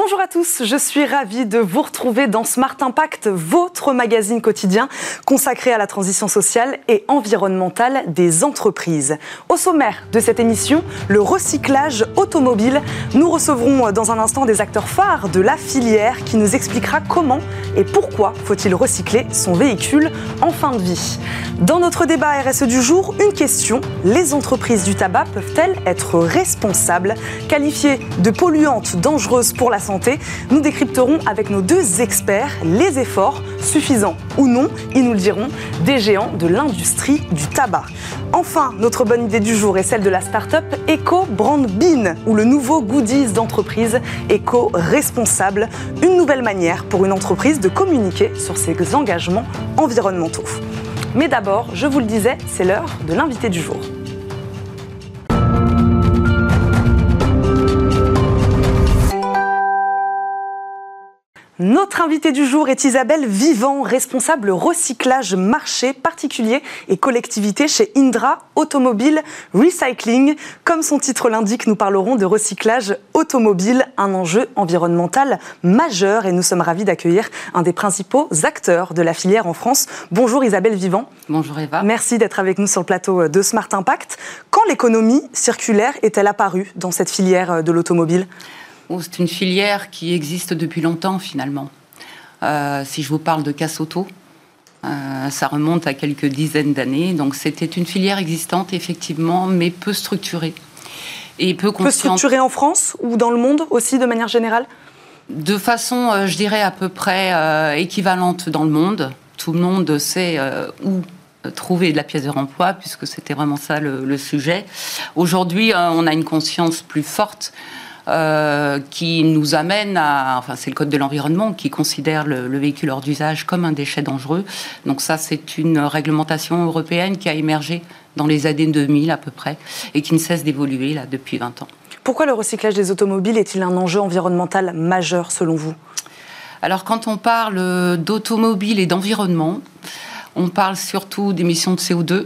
Bonjour à tous, je suis ravie de vous retrouver dans Smart Impact, votre magazine quotidien consacré à la transition sociale et environnementale des entreprises. Au sommaire de cette émission, le recyclage automobile. Nous recevrons dans un instant des acteurs phares de la filière qui nous expliquera comment et pourquoi faut-il recycler son véhicule en fin de vie. Dans notre débat RSE du jour, une question. Les entreprises du tabac peuvent-elles être responsables, qualifiées de polluantes, dangereuses pour la santé? Nous décrypterons avec nos deux experts les efforts, suffisants ou non, ils nous le diront, des géants de l'industrie du tabac. Enfin, notre bonne idée du jour est celle de la start-up Eco Brand Bean, ou le nouveau goodies d'entreprise éco-responsable, une nouvelle manière pour une entreprise de communiquer sur ses engagements environnementaux. Mais d'abord, je vous le disais, c'est l'heure de l'invité du jour. Notre invitée du jour est Isabelle Vivant, responsable recyclage marché particulier et collectivité chez Indra Automobile Recycling. Comme son titre l'indique, nous parlerons de recyclage automobile, un enjeu environnemental majeur, et nous sommes ravis d'accueillir un des principaux acteurs de la filière en France. Bonjour Isabelle Vivant. Bonjour Eva. Merci d'être avec nous sur le plateau de Smart Impact. Quand l'économie circulaire est-elle apparue dans cette filière de l'automobile ? C'est une filière qui existe depuis longtemps finalement. Si je vous parle de casse auto, ça remonte à quelques dizaines d'années. Donc c'était une filière existante effectivement, mais peu structurée et peu consciente. Peu structurée en France ou dans le monde aussi de manière générale ? De façon, je dirais à peu près équivalente dans le monde. Tout le monde sait où trouver de la pièce de remploi, puisque c'était vraiment ça le sujet. Aujourd'hui, on a une conscience plus forte. Qui nous amène à... Enfin, c'est le Code de l'environnement qui considère le véhicule hors d'usage comme un déchet dangereux. Donc ça, c'est une réglementation européenne qui a émergé dans les années 2000 à peu près et qui ne cesse d'évoluer là depuis 20 ans. Pourquoi le recyclage des automobiles est-il un enjeu environnemental majeur selon vous ? Alors, quand on parle d'automobile et d'environnement, on parle surtout d'émissions de CO2,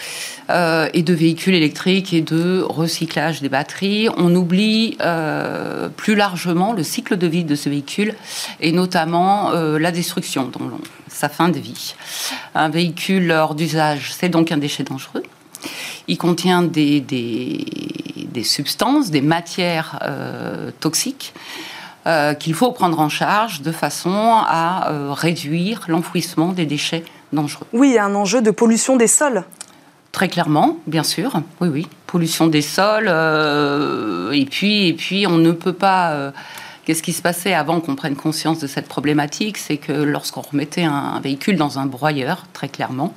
et de véhicules électriques et de recyclage des batteries. On oublie plus largement le cycle de vie de ce véhicule et notamment la destruction, sa fin de vie. Un véhicule hors d'usage, c'est donc un déchet dangereux. Il contient des substances, des matières toxiques qu'il faut prendre en charge de façon à réduire l'enfouissement des déchets dangereux. Oui, il y a un enjeu de pollution des sols. Très clairement, bien sûr, oui. Pollution des sols, et puis on ne peut pas... Qu'est-ce qui se passait avant qu'on prenne conscience de cette problématique ? C'est que lorsqu'on remettait un véhicule dans un broyeur, très clairement,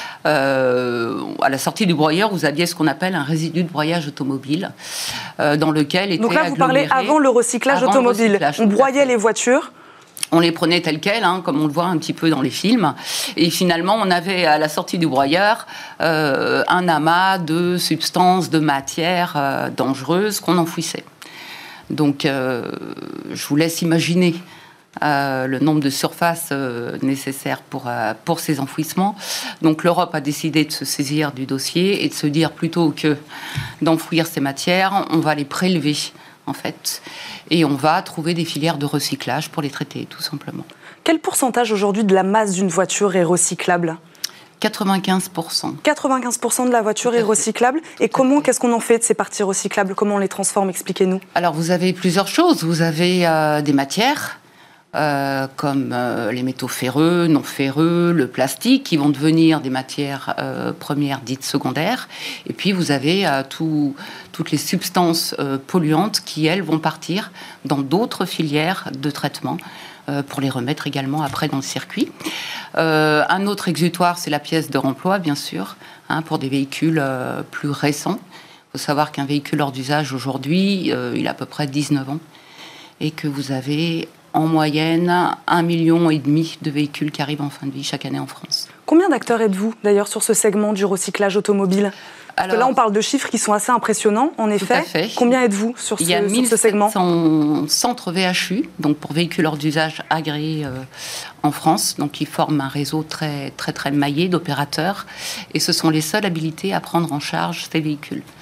à la sortie du broyeur, vous aviez ce qu'on appelle un résidu de broyage automobile, dans lequel était... Donc là, vous parlez avant le recyclage automobile. On broyait les voitures. On les prenait telles quelles, comme on le voit un petit peu dans les films. Et finalement, on avait à la sortie du broyeur un amas de substances, de matières dangereuses qu'on enfouissait. Donc, je vous laisse imaginer le nombre de surfaces nécessaires pour ces enfouissements. Donc, l'Europe a décidé de se saisir du dossier et de se dire plutôt que d'enfouir ces matières, on va les prélever, en fait. Et on va trouver des filières de recyclage pour les traiter, tout simplement. Quel pourcentage aujourd'hui de la masse d'une voiture est recyclable ? 95%. 95% de la voiture est recyclable. Et comment, qu'est-ce qu'on en fait de ces parties recyclables ? Comment on les transforme ? Expliquez-nous. Alors, vous avez plusieurs choses. Vous avez des matières, comme les métaux ferreux, non ferreux, le plastique, qui vont devenir des matières premières dites secondaires. Et puis, vous avez toutes les substances polluantes qui, elles, vont partir dans d'autres filières de traitement pour les remettre également après dans le circuit. Un autre exutoire, c'est la pièce de remploi, bien sûr, pour des véhicules plus récents. Il faut savoir qu'un véhicule hors d'usage aujourd'hui, il a à peu près 19 ans et que vous avez en moyenne 1,5 million de véhicules qui arrivent en fin de vie chaque année en France. Combien d'acteurs êtes-vous d'ailleurs sur ce segment du recyclage automobile ? Parce que là, on parle de chiffres qui sont assez impressionnants, en effet. Tout à fait. Combien êtes-vous sur ce segment ? Il y a 1700 centres VHU, donc pour véhicules hors d'usage agréés en France. Donc, ils forment un réseau très, très, très maillé d'opérateurs. Et ce sont les seuls habilités à prendre en charge ces véhicules.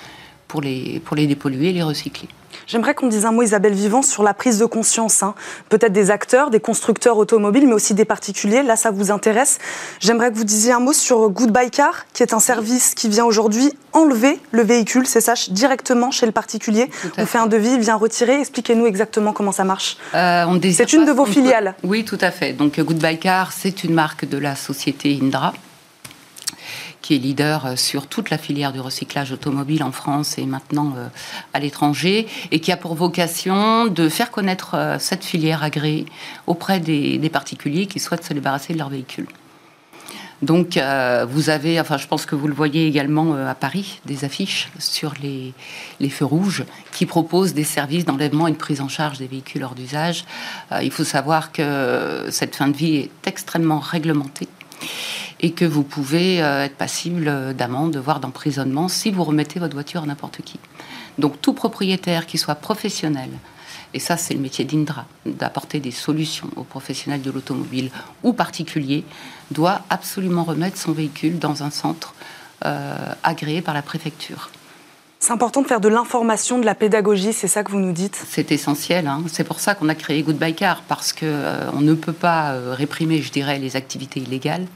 pour les dépolluer et les recycler. J'aimerais qu'on dise un mot, Isabelle Vivant, sur la prise de conscience, peut-être des acteurs, des constructeurs automobiles, mais aussi des particuliers. Là, ça vous intéresse. J'aimerais que vous disiez un mot sur Goodbye Car, qui est un service qui vient aujourd'hui enlever le véhicule, c'est ça, directement chez le particulier. On fait un devis, il vient retirer. Expliquez-nous exactement comment ça marche. C'est une de vos filiales. Oui, tout à fait. Donc Goodbye Car, c'est une marque de la société Indra, qui est leader sur toute la filière du recyclage automobile en France et maintenant à l'étranger, et qui a pour vocation de faire connaître cette filière agréée auprès des particuliers qui souhaitent se débarrasser de leur véhicule. Donc vous avez, je pense que vous le voyez également à Paris, des affiches sur les feux rouges qui proposent des services d'enlèvement et de prise en charge des véhicules hors d'usage. Il faut savoir que cette fin de vie est extrêmement réglementée, et que vous pouvez être passible d'amende, voire d'emprisonnement, si vous remettez votre voiture à n'importe qui. Donc tout propriétaire qui soit professionnel, et ça c'est le métier d'Indra, d'apporter des solutions aux professionnels de l'automobile ou particuliers, doit absolument remettre son véhicule dans un centre agréé par la préfecture. C'est important de faire de l'information, de la pédagogie, c'est ça que vous nous dites? C'est essentiel, c'est pour ça qu'on a créé Goodbye Car, parce qu'on ne peut pas réprimer, je dirais, les activités illégales.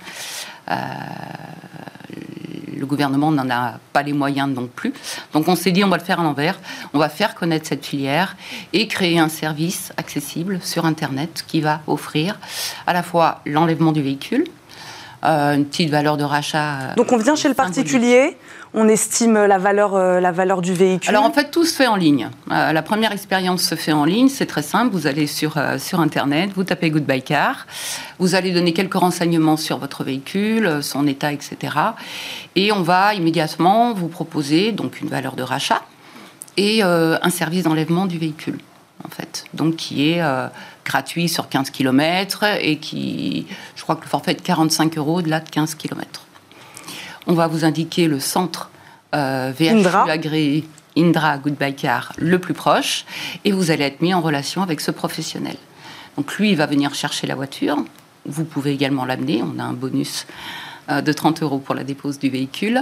Le gouvernement n'en a pas les moyens non plus. Donc on s'est dit, on va le faire à l'envers, on va faire connaître cette filière et créer un service accessible sur Internet qui va offrir à la fois l'enlèvement du véhicule, une petite valeur de rachat. Donc on vient chez le particulier, on estime la valeur du véhicule. Alors en fait, tout se fait en ligne. La première expérience se fait en ligne, c'est très simple. Vous allez sur Internet, vous tapez Goodbye Car, vous allez donner quelques renseignements sur votre véhicule, son état, etc. Et on va immédiatement vous proposer donc une valeur de rachat et un service d'enlèvement du véhicule, en fait. Donc qui est gratuit sur 15 km et qui, je crois que le forfait est de 45 € au-delà de 15 km. On va vous indiquer le centre VHU agréé Indra Goodbye Car le plus proche et vous allez être mis en relation avec ce professionnel. Donc lui, il va venir chercher la voiture. Vous pouvez également l'amener. On a un bonus de 30 € pour la dépose du véhicule.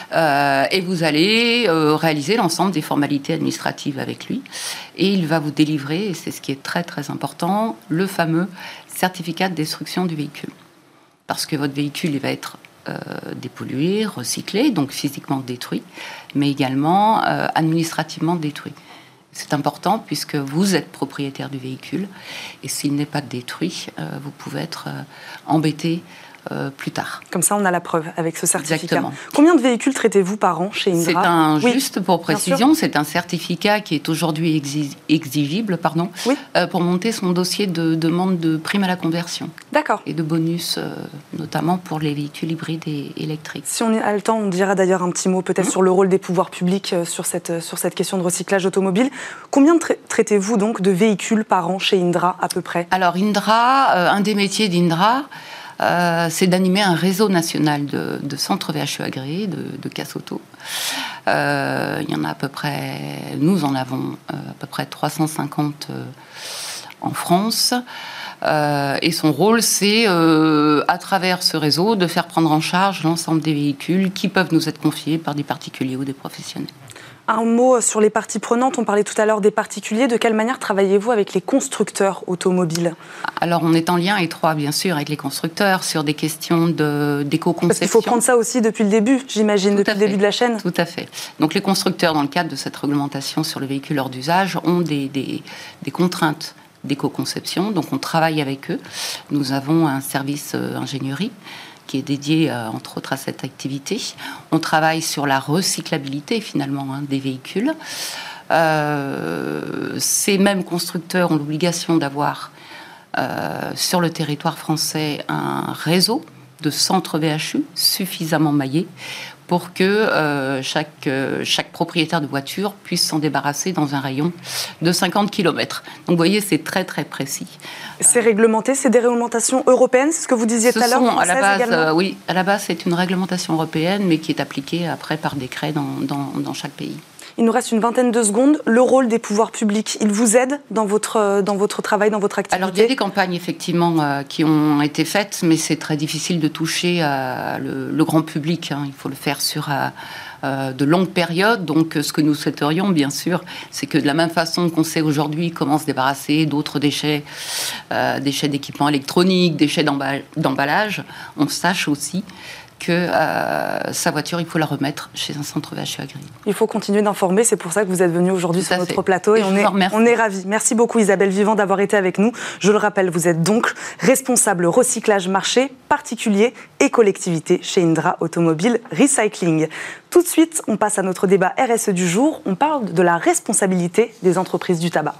Et vous allez réaliser l'ensemble des formalités administratives avec lui. Et il va vous délivrer, et c'est ce qui est très très important, le fameux certificat de destruction du véhicule. Parce que votre véhicule, il va être dépollué, recyclé, donc physiquement détruit, mais également administrativement détruit. C'est important puisque vous êtes propriétaire du véhicule et s'il n'est pas détruit, vous pouvez être embêté plus tard. Comme ça, on a la preuve avec ce certificat. Exactement. Combien de véhicules traitez-vous par an chez Indra? Juste pour précision, c'est un certificat qui est aujourd'hui exigible pour monter son dossier de demande de prime à la conversion. D'accord. Et de bonus, notamment pour les véhicules hybrides et électriques. Si on a le temps, on dira d'ailleurs un petit mot peut-être sur le rôle des pouvoirs publics sur cette question de recyclage automobile. Combien traitez-vous donc de véhicules par an chez Indra à peu près? Alors Indra, un des métiers d'Indra, c'est d'animer un réseau national de centres VHU agréés, de casse auto. Il y en a à peu près, nous en avons à peu près 350 en France. Et son rôle, c'est, à travers ce réseau, de faire prendre en charge l'ensemble des véhicules qui peuvent nous être confiés par des particuliers ou des professionnels. Un mot sur les parties prenantes. On parlait tout à l'heure des particuliers. De quelle manière travaillez-vous avec les constructeurs automobiles? Alors, on est en lien étroit, bien sûr, avec les constructeurs sur des questions d'éco-conception. Parce qu'il faut prendre ça aussi depuis le début, j'imagine, depuis le début de la chaîne. Tout à fait. Donc, les constructeurs, dans le cadre de cette réglementation sur le véhicule hors d'usage, ont des contraintes d'éco-conception. Donc, on travaille avec eux. Nous avons un service ingénierie qui est dédié, entre autres, à cette activité. On travaille sur la recyclabilité, finalement, des véhicules. Ces mêmes constructeurs ont l'obligation d'avoir, sur le territoire français, un réseau de centres VHU suffisamment maillés pour que chaque propriétaire de voiture puisse s'en débarrasser dans un rayon de 50 km. Donc, vous voyez, c'est très, très précis. C'est réglementé, c'est des réglementations européennes, c'est ce que vous disiez tout à l'heure, à la base, oui, à la base, c'est une réglementation européenne, mais qui est appliquée après par décret dans chaque pays. Il nous reste une vingtaine de secondes. Le rôle des pouvoirs publics, il vous aide dans votre travail, dans votre activité? Alors, il y a des campagnes, effectivement, qui ont été faites, mais c'est très difficile de toucher le grand public. Hein. Il faut le faire sur de longues périodes. Donc, ce que nous souhaiterions, bien sûr, c'est que de la même façon qu'on sait aujourd'hui comment se débarrasser d'autres déchets, déchets d'équipements électroniques, déchets d'emballage, on sache aussi que sa voiture, il faut la remettre chez un centre VHE Agri. Il faut continuer d'informer, c'est pour ça que vous êtes venu aujourd'hui sur notre plateau et on est ravis. Merci beaucoup Isabelle Vivant d'avoir été avec nous. Je le rappelle, vous êtes donc responsable recyclage marché, particulier et collectivité chez Indra Automobile Recycling. Tout de suite, on passe à notre débat RSE du jour. On parle de la responsabilité des entreprises du tabac.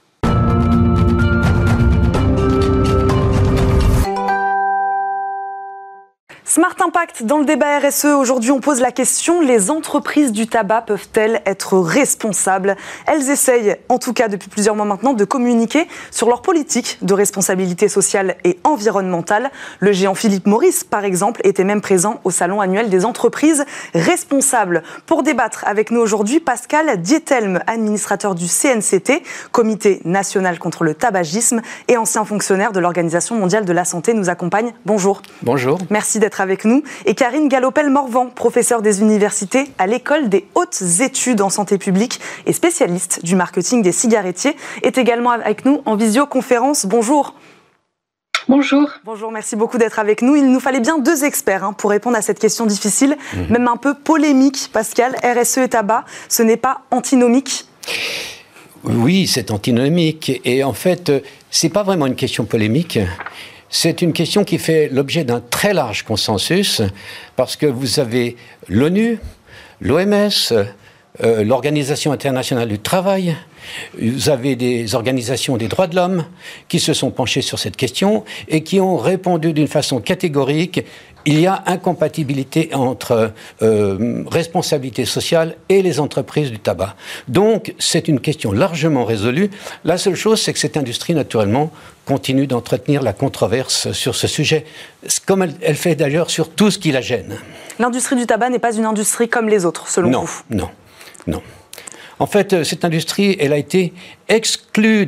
Smart Impact, dans le débat RSE, aujourd'hui on pose la question, les entreprises du tabac peuvent-elles être responsables? Elles essayent, en tout cas depuis plusieurs mois maintenant, de communiquer sur leur politique de responsabilité sociale et environnementale. Le géant Philip Morris, par exemple, était même présent au salon annuel des entreprises responsables. Pour débattre avec nous aujourd'hui, Pascal Dietelme, administrateur du CNCT, Comité national contre le tabagisme et ancien fonctionnaire de l'Organisation mondiale de la santé, nous accompagne. Bonjour. Bonjour. Merci d'être avec nous. Et Karine Galopel-Morvan, professeure des universités à l'École des hautes études en santé publique et spécialiste du marketing des cigarettiers, est également avec nous en visioconférence. Bonjour. Bonjour. Bonjour, merci beaucoup d'être avec nous. Il nous fallait bien 2 experts pour répondre à cette question difficile, même un peu polémique. Pascal, RSE et tabac, ce n'est pas antinomique? Oui, c'est antinomique. Et en fait, c'est pas vraiment une question polémique. C'est une question qui fait l'objet d'un très large consensus, parce que vous avez l'ONU, l'OMS, l'Organisation internationale du travail, vous avez des organisations des droits de l'homme qui se sont penchées sur cette question et qui ont répondu d'une façon catégorique. Il y a incompatibilité entre responsabilité sociale et les entreprises du tabac. Donc, c'est une question largement résolue. La seule chose, c'est que cette industrie, naturellement, continue d'entretenir la controverse sur ce sujet, comme elle fait d'ailleurs sur tout ce qui la gêne. L'industrie du tabac n'est pas une industrie comme les autres, selon vous? Non. En fait, cette industrie, elle a été exclue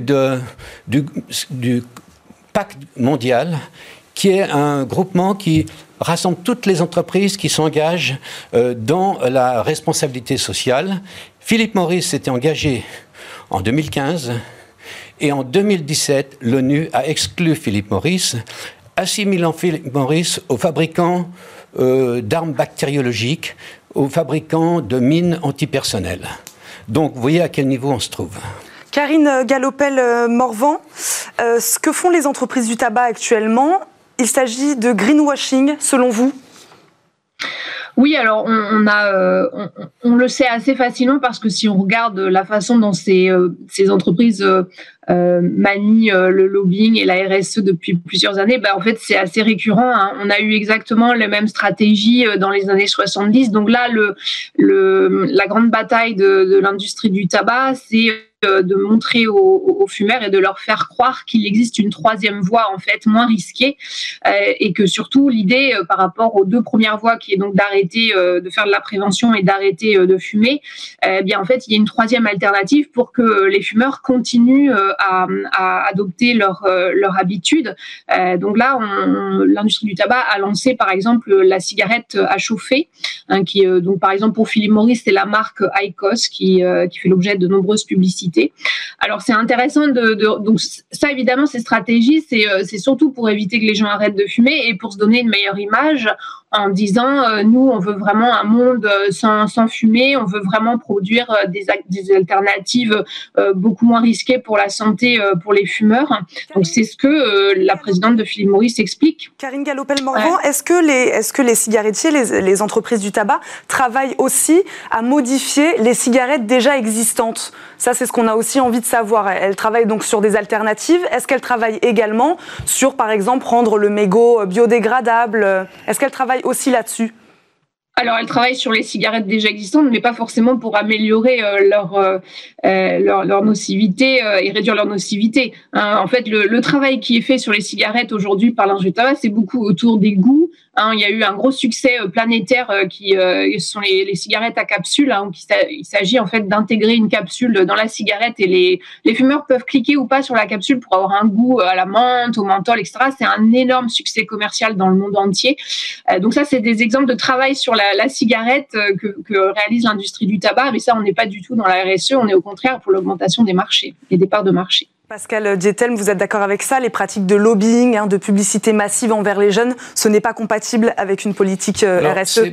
du Pacte mondial, qui est un groupement qui rassemble toutes les entreprises qui s'engagent dans la responsabilité sociale. Philip Morris s'était engagé en 2015 et en 2017, l'ONU a exclu Philip Morris, assimilant Philip Morris aux fabricants d'armes bactériologiques, aux fabricants de mines antipersonnelles. Donc, vous voyez à quel niveau on se trouve. Karine Galopel-Morvan, ce que font les entreprises du tabac actuellement, il s'agit de greenwashing, selon vous? Oui, alors on le sait assez facilement, parce que si on regarde la façon dont ces entreprises manient le lobbying et la RSE depuis plusieurs années, en fait c'est assez récurrent. On a eu exactement les mêmes stratégies dans les années 70. Donc là, la grande bataille de l'industrie du tabac, c'est de montrer aux fumeurs et de leur faire croire qu'il existe une troisième voie, en fait, moins risquée, et que surtout l'idée par rapport aux 2 premières voies, qui est donc d'arrêter de faire de la prévention et d'arrêter de fumer, en fait il y a une troisième alternative pour que les fumeurs continuent à adopter leur habitude. Donc là, l'industrie du tabac a lancé par exemple la cigarette à chauffer, qui donc par exemple pour Philip Morris, c'est la marque IQOS qui fait l'objet de nombreuses publicités. Alors c'est intéressant donc ça, évidemment, ces stratégies, c'est surtout pour éviter que les gens arrêtent de fumer et pour se donner une meilleure image, en disant nous on veut vraiment un monde sans fumée, on veut vraiment produire des alternatives beaucoup moins risquées pour la santé pour les fumeurs. Donc c'est ce que la présidente de Philip Morris explique. Karine Galopel-Morvan, est-ce que les cigarettiers, les entreprises du tabac travaillent aussi à modifier les cigarettes déjà existantes? Ça, c'est ce qu'on a aussi envie de savoir. Elles travaillent donc sur des alternatives. Est-ce qu'elles travaillent également sur, par exemple, rendre le mégot biodégradable? Est-ce qu'elles travaillent aussi là-dessus? Alors, elles travaillent sur les cigarettes déjà existantes, mais pas forcément pour améliorer leur nocivité et réduire leur nocivité. En fait, le travail qui est fait sur les cigarettes aujourd'hui par l'industrie du tabac, c'est beaucoup autour des goûts. Il y a eu un gros succès planétaire qui sont les cigarettes à capsule. Il s'agit en fait d'intégrer une capsule dans la cigarette et les fumeurs peuvent cliquer ou pas sur la capsule pour avoir un goût à la menthe, au menthol, etc. C'est un énorme succès commercial dans le monde entier. Donc ça, c'est des exemples de travail sur la cigarette que réalise l'industrie du tabac. Mais ça, on n'est pas du tout dans la RSE. On est au contraire pour l'augmentation des marchés et des parts de marché. Pascal Diethelm, vous êtes d'accord avec ça? Les pratiques de lobbying, de publicité massive envers les jeunes, ce n'est pas compatible avec une politique RSE?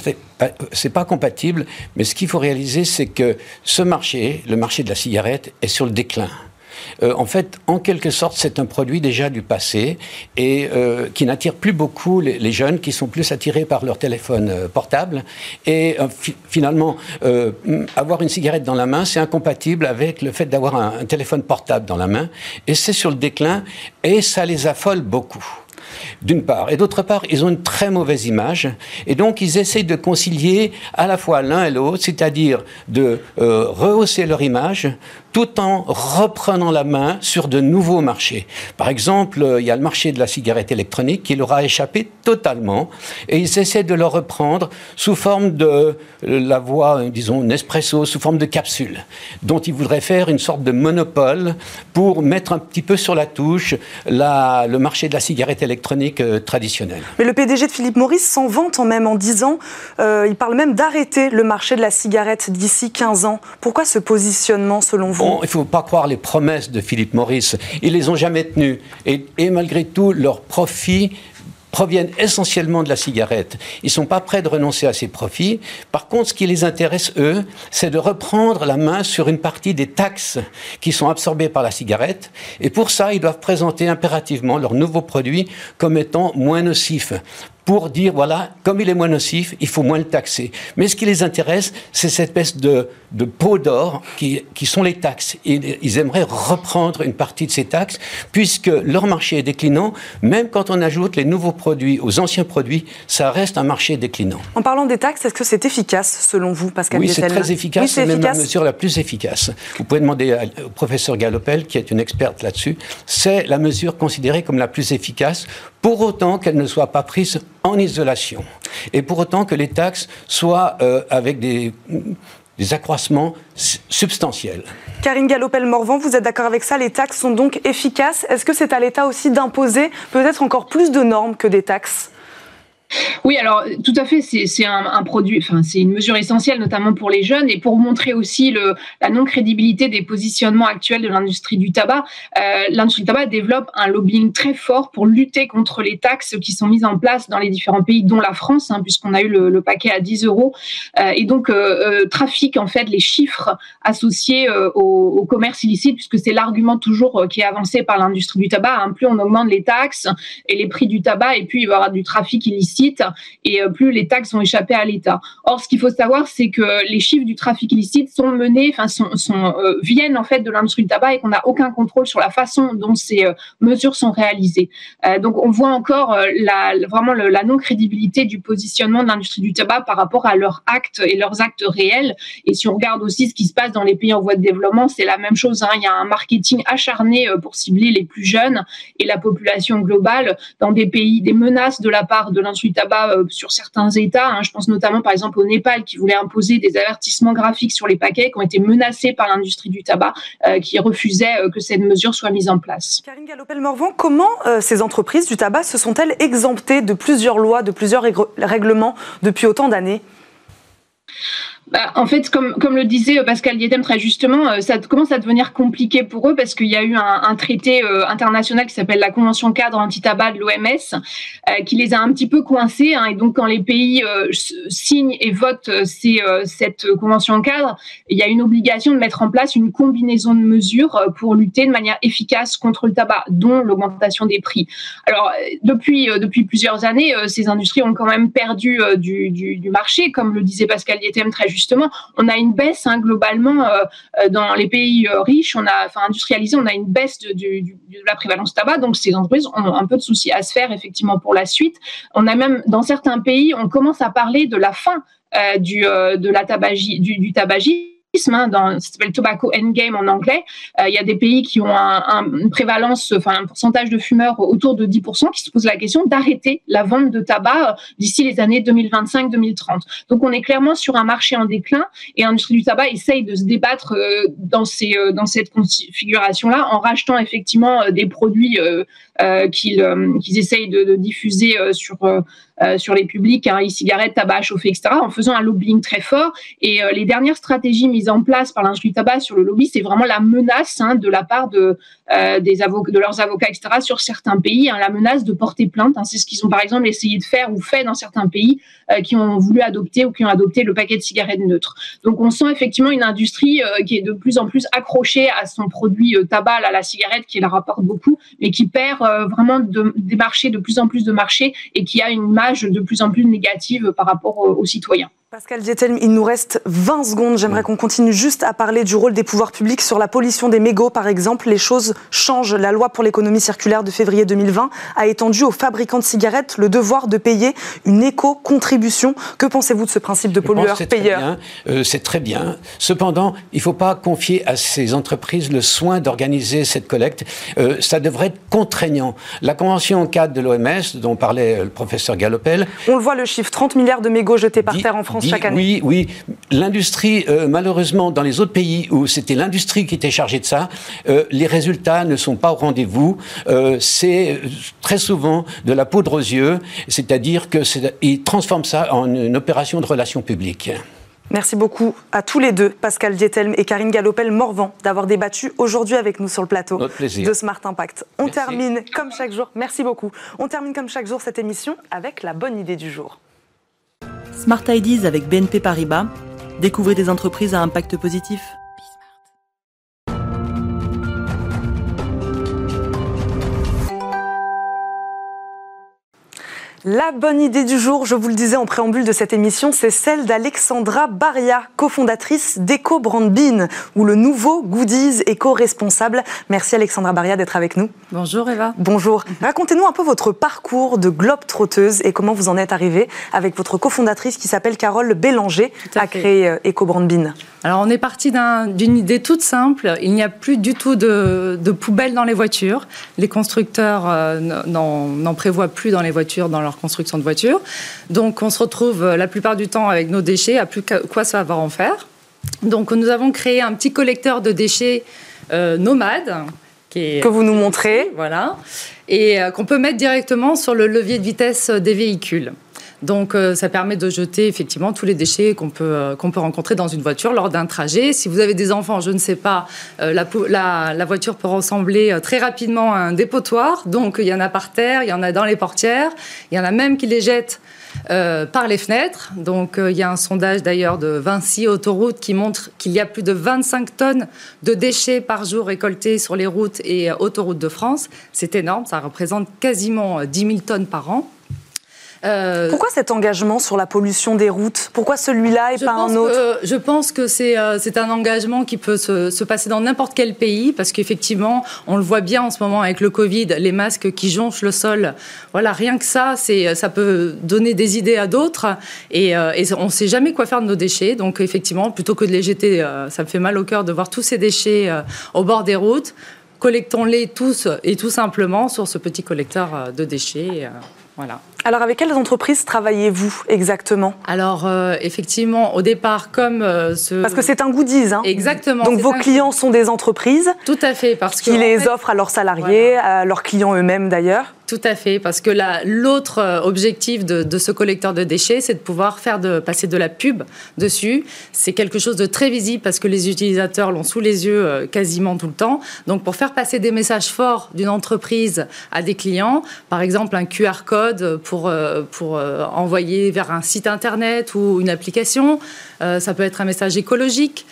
C'est pas compatible, mais ce qu'il faut réaliser, c'est que ce marché, le marché de la cigarette, est sur le déclin. En fait, en quelque sorte, c'est un produit déjà du passé et qui n'attire plus beaucoup les jeunes qui sont plus attirés par leur téléphone portable. Et finalement, avoir une cigarette dans la main, c'est incompatible avec le fait d'avoir un téléphone portable dans la main. Et c'est sur le déclin et ça les affole beaucoup. D'une part. Et d'autre part, ils ont une très mauvaise image. Et donc, ils essayent de concilier à la fois l'un et l'autre, c'est-à-dire de rehausser leur image tout en reprenant la main sur de nouveaux marchés. Par exemple, il y a le marché de la cigarette électronique qui leur a échappé totalement et ils essaient de le reprendre sous forme de la voie, disons, Nespresso, sous forme de capsule, dont ils voudraient faire une sorte de monopole pour mettre un petit peu sur la touche le marché de la cigarette électronique traditionnelle. Mais le PDG de Philip Morris s'en vante même en disant, il parle même d'arrêter le marché de la cigarette d'ici 15 ans. Pourquoi ce positionnement selon vous? Bon, il ne faut pas croire les promesses de Philip Morris. Ils ne les ont jamais tenues. Et malgré tout, leurs profits proviennent essentiellement de la cigarette. Ils ne sont pas prêts de renoncer à ces profits. Par contre, ce qui les intéresse, eux, c'est de reprendre la main sur une partie des taxes qui sont absorbées par la cigarette. Et pour ça, ils doivent présenter impérativement leur nouveau produit comme étant moins nocif. Pour dire, voilà, comme il est moins nocif, il faut moins le taxer. Mais ce qui les intéresse, c'est cette espèce de pot d'or qui sont les taxes. Et ils aimeraient reprendre une partie de ces taxes, puisque leur marché est déclinant. Même quand on ajoute les nouveaux produits aux anciens produits, ça reste un marché déclinant. En parlant des taxes, est-ce que c'est efficace, selon vous, Pascal Diethelm? Oui, c'est très efficace. C'est même la mesure la plus efficace. Vous pouvez demander au professeur Galopel, qui est une experte là-dessus. C'est la mesure considérée comme la plus efficace, pour autant qu'elle ne soit pas prise en isolation. Et pour autant que les taxes soient avec des accroissements substantiels. Karine Galopel-Morvan, vous êtes d'accord avec ça? Les taxes sont donc efficaces. Est-ce que c'est à l'État aussi d'imposer peut-être encore plus de normes que des taxes? Oui, alors tout à fait, c'est un produit, enfin c'est une mesure essentielle, notamment pour les jeunes, et pour montrer aussi la non-crédibilité des positionnements actuels de l'industrie du tabac. L'industrie du tabac développe un lobbying très fort pour lutter contre les taxes qui sont mises en place dans les différents pays, dont la France, puisqu'on a eu le paquet à 10 €, et donc trafique en fait les chiffres associés au commerce illicite, puisque c'est l'argument toujours qui est avancé par l'industrie du tabac. Plus on augmente les taxes et les prix du tabac, et plus il va y avoir du trafic illicite, et plus les taxes vont échapper à l'État. Or, ce qu'il faut savoir, c'est que les chiffres du trafic illicite sont menés, viennent en fait de l'industrie du tabac et qu'on n'a aucun contrôle sur la façon dont ces mesures sont réalisées. Donc, on voit encore vraiment la non-crédibilité du positionnement de l'industrie du tabac par rapport à leurs actes et leurs actes réels. Et si on regarde aussi ce qui se passe dans les pays en voie de développement, c'est la même chose. Il y a un marketing acharné pour cibler les plus jeunes et la population globale dans des pays, des menaces de la part de l'industrie du tabac sur certains États. Je pense notamment par exemple au Népal qui voulait imposer des avertissements graphiques sur les paquets qui ont été menacés par l'industrie du tabac qui refusait que cette mesure soit mise en place. Karine Galopel-Morvan, comment ces entreprises du tabac se sont-elles exemptées de plusieurs lois, de plusieurs règlements depuis autant d'années ? En fait, comme le disait Pascal Diethelm très justement, ça commence à devenir compliqué pour eux parce qu'il y a eu un traité international qui s'appelle la Convention cadre anti-tabac de l'OMS qui les a un petit peu coincés. Et donc, quand les pays signent et votent cette Convention cadre, il y a une obligation de mettre en place une combinaison de mesures pour lutter de manière efficace contre le tabac, dont l'augmentation des prix. Alors, depuis plusieurs années, ces industries ont quand même perdu du marché, comme le disait Pascal Diethelm très justement. justement, on a une baisse globalement dans les pays riches, industrialisés, on a une baisse de la prévalence tabac. Donc, ces entreprises ont un peu de soucis à se faire, effectivement, pour la suite. On a même, dans certains pays, on commence à parler de la fin du tabagisme. Ça s'appelle Tobacco Endgame en anglais. Il y a des pays qui ont une prévalence, un pourcentage de fumeurs autour de 10%, qui se posent la question d'arrêter la vente de tabac d'ici les années 2025-2030. Donc, on est clairement sur un marché en déclin et l'industrie du tabac essaye de se débattre dans cette configuration-là en rachetant effectivement des produits qu'ils essayent de diffuser sur les publics, e-cigarettes, tabac à chauffer, etc., en faisant un lobbying très fort. Et les dernières stratégies mises en place par l'industrie du tabac sur le lobby, c'est vraiment la menace de la part de leurs avocats, etc., sur certains pays, la menace de porter plainte. C'est ce qu'ils ont par exemple essayé de faire ou fait dans certains pays qui ont voulu adopter ou qui ont adopté le paquet de cigarettes neutres. Donc on sent effectivement une industrie qui est de plus en plus accrochée à son produit tabac, à la cigarette, qui la rapporte beaucoup, mais qui perd vraiment des marchés, de plus en plus de marchés, et qui a une image de plus en plus négative par rapport aux citoyens. Pascal Diethelm, il nous reste 20 secondes. J'aimerais qu'on continue juste à parler du rôle des pouvoirs publics sur la pollution des mégots, par exemple. Les choses changent. La loi pour l'économie circulaire de février 2020 a étendu aux fabricants de cigarettes le devoir de payer une éco-contribution. Que pensez-vous de ce principe de pollueur-payeur ? C'est très bien. Cependant, il ne faut pas confier à ces entreprises le soin d'organiser cette collecte. Ça devrait être contraignant. La convention cadre de l'OMS, dont parlait le professeur Galopel... On le voit, le chiffre, 30 milliards de mégots jetés par terre en France chaque année. Oui. L'industrie, malheureusement, dans les autres pays où c'était l'industrie qui était chargée de ça, les résultats ne sont pas au rendez-vous. C'est très souvent de la poudre aux yeux, c'est-à-dire qu'ils transforment ça en une opération de relations publiques. Merci beaucoup à tous les deux, Pascal Diethelm et Karine Galopel-Morvan, d'avoir débattu aujourd'hui avec nous sur le plateau de Smart Impact. On termine comme chaque jour. Merci beaucoup. On termine comme chaque jour cette émission avec la bonne idée du jour. Smart Ideas avec BNP Paribas. Découvrez des entreprises à impact positif. La bonne idée du jour, je vous le disais en préambule de cette émission, c'est celle d'Alexandra Baria, cofondatrice d'Eco Brand Bean, ou le nouveau goodies éco-responsable. Merci Alexandra Baria d'être avec nous. Bonjour Eva. Bonjour. Racontez-nous un peu votre parcours de globe-trotteuse et comment vous en êtes arrivée avec votre cofondatrice qui s'appelle Carole Bélanger à créer Eco Brand Bean. Alors on est parti d'une idée toute simple. Il n'y a plus du tout de poubelles dans les voitures. Les constructeurs n'en prévoient plus dans les voitures, dans leur construction de voitures. Donc on se retrouve la plupart du temps avec nos déchets, à plus quoi savoir en faire. Donc nous avons créé un petit collecteur de déchets nomade. Que vous nous montrez. Voilà. Et qu'on peut mettre directement sur le levier de vitesse des véhicules. Donc, ça permet de jeter effectivement tous les déchets qu'on peut rencontrer dans une voiture lors d'un trajet. Si vous avez des enfants, je ne sais pas, la voiture peut ressembler très rapidement à un dépotoir. Donc, il y en a par terre, il y en a dans les portières, il y en a même qui les jettent par les fenêtres. Donc, il y a un sondage d'ailleurs de Vinci Autoroute qui montre qu'il y a plus de 25 tonnes de déchets par jour récoltés sur les routes et autoroutes de France. C'est énorme, ça représente quasiment 10 000 tonnes par an. Pourquoi cet engagement sur la pollution des routes ? Pourquoi celui-là et pas un autre ? Je pense que c'est un engagement qui peut se passer dans n'importe quel pays, parce qu'effectivement, on le voit bien en ce moment avec le Covid, les masques qui jonchent le sol. Voilà, rien que ça, ça peut donner des idées à d'autres. Et on ne sait jamais quoi faire de nos déchets. Donc effectivement, plutôt que de les jeter, ça me fait mal au cœur de voir tous ces déchets au bord des routes. Collectons-les tous et tout simplement sur ce petit collecteur de déchets. Voilà. Alors, avec quelles entreprises travaillez-vous exactement ? Alors, effectivement, au départ, Parce que c'est un goodies, hein ? Exactement. Donc, vos clients sont des entreprises. Tout à fait, parce que... Qui les offrent à leurs salariés, voilà. À leurs clients eux-mêmes d'ailleurs. Tout à fait, parce que l'autre objectif de ce collecteur de déchets, c'est de pouvoir passer de la pub dessus. C'est quelque chose de très visible parce que les utilisateurs l'ont sous les yeux quasiment tout le temps. Donc, pour faire passer des messages forts d'une entreprise à des clients, par exemple un QR code pour envoyer vers un site internet ou une application, ça peut être un message écologique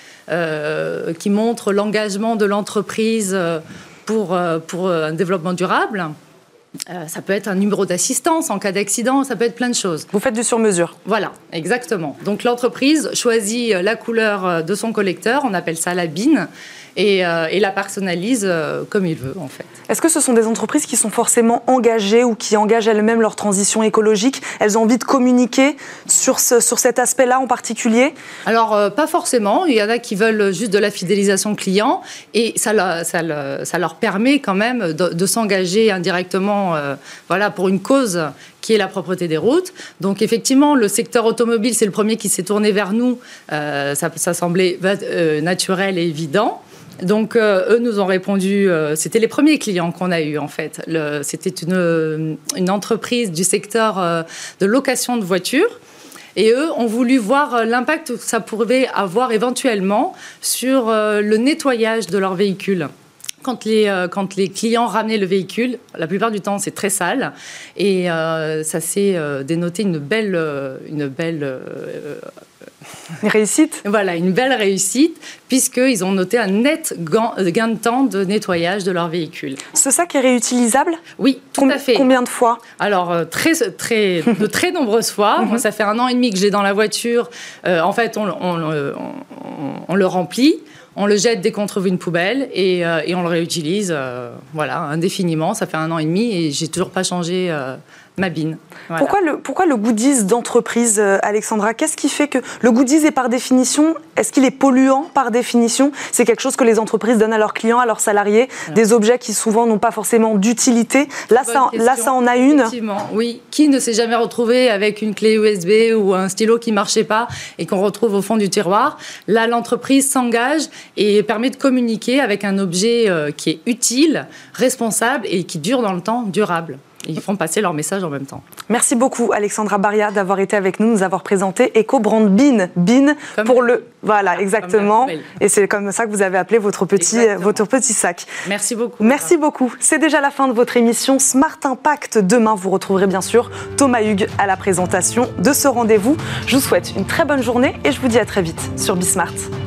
qui montre l'engagement de l'entreprise pour un développement durable. Ça peut être un numéro d'assistance en cas d'accident, ça peut être plein de choses. Vous faites du sur-mesure. Voilà, exactement. Donc l'entreprise choisit la couleur de son collecteur, on appelle ça la BIN, et la personnalise comme il veut en fait. Est-ce que ce sont des entreprises qui sont forcément engagées ou qui engagent elles-mêmes leur transition écologique? Elles ont envie de communiquer sur cet aspect-là en particulier? Alors, pas forcément. Il y en a qui veulent juste de la fidélisation client et ça leur permet quand même de s'engager indirectement pour une cause qui est la propreté des routes. Donc, effectivement, le secteur automobile, c'est le premier qui s'est tourné vers nous. Ça semblait naturel et évident. Donc, eux nous ont répondu, c'était les premiers clients qu'on a eus, en fait. C'était une entreprise du secteur de location de voitures. Et eux ont voulu voir l'impact que ça pouvait avoir éventuellement sur le nettoyage de leur véhicule. Quand les clients ramenaient le véhicule, la plupart du temps, c'est très sale. Et ça s'est dénoté une belle réussite. Voilà, une belle réussite, puisqu'ils ont noté un net gain de temps de nettoyage de leur véhicule. Ce sac est réutilisable? Oui, tout à fait. Combien de fois? Alors, de très nombreuses fois. Moi, ça fait 1 an et demi que j'ai dans la voiture. En fait, on le remplit. On le jette dès qu'on trouve une poubelle et on le réutilise indéfiniment. Ça fait 1 an et demi et j'ai toujours pas changé ma bine. Voilà. Pourquoi le goodies d'entreprise, Alexandra? Qu'est-ce qui fait que le goodies est par définition, est-ce qu'il est polluant par définition? C'est quelque chose que les entreprises donnent à leurs clients, à leurs salariés, des objets qui souvent n'ont pas forcément d'utilité. Là, ça en a une. Effectivement, oui. Qui ne s'est jamais retrouvé avec une clé USB ou un stylo qui marchait pas et qu'on retrouve au fond du tiroir? Là, l'entreprise s'engage et permet de communiquer avec un objet qui est utile, responsable et qui dure dans le temps, durable. Ils font passer leur message en même temps. Merci beaucoup, Alexandra Baria, d'avoir été avec nous, nous avoir présenté Eco-Brand BIN. BIN pour le... Voilà, exactement. Et c'est comme ça que vous avez appelé votre petit sac. Merci beaucoup. Merci beaucoup. C'est déjà la fin de votre émission Smart Impact. Demain, vous retrouverez bien sûr Thomas Hugues à la présentation de ce rendez-vous. Je vous souhaite une très bonne journée et je vous dis à très vite sur Bismart.